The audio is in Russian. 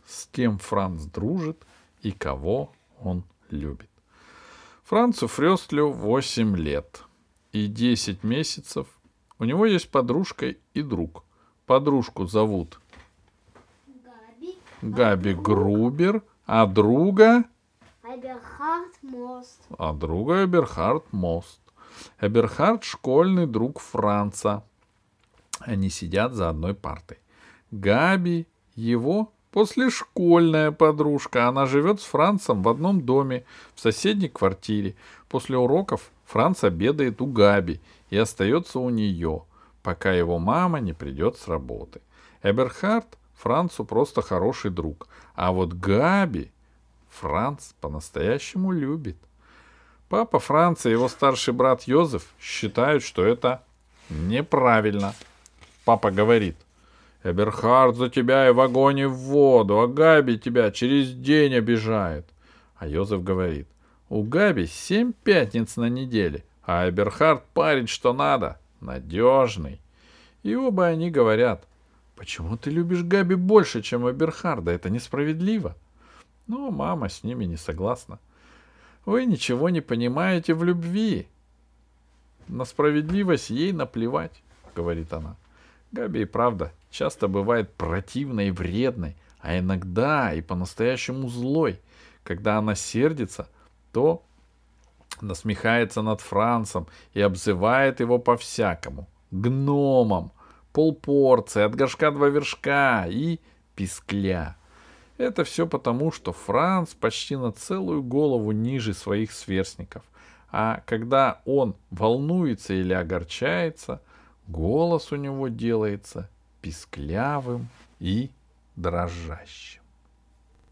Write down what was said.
с кем Франц дружит и кого он любит. Францу Фрёстлю 8 лет и 10 месяцев. У него есть подружка и друг. Подружку зовут Габи. Габи Грубер, а друга Эберхард Мост. Эберхард Мост. Эберхард — школьный друг Франца. Они сидят за одной партой. Габи — его послешкольная подружка. Она живет с Францем в одном доме, в соседней квартире. После уроков Франц обедает у Габи и остается у нее, пока его мама не придет с работы. Эберхард Францу просто хороший друг, а вот Габи Франц по-настоящему любит. Папа Франца и его старший брат Йозеф считают, что это неправильно. Папа говорит: Эберхард за тебя и в огонь и в воду, а Габи тебя через день обижает. А Йозеф говорит: у Габи 7 пятниц на неделе, а Эберхард парень что надо, надежный. И оба они говорят: почему ты любишь Габи больше, чем Эберхарда? Это несправедливо. Но мама с ними не согласна. Вы ничего не понимаете в любви. На справедливость ей наплевать, говорит она. Габи и правда часто бывает противной и вредной, а иногда и по-настоящему злой. Когда она сердится, то насмехается над Францем и обзывает его по-всякому. Гномом, полпорции, от горшка 2 вершка и пискля. Это все потому, что Франц почти на целую голову ниже своих сверстников. А когда он волнуется или огорчается, голос у него делается писклявым и дрожащим.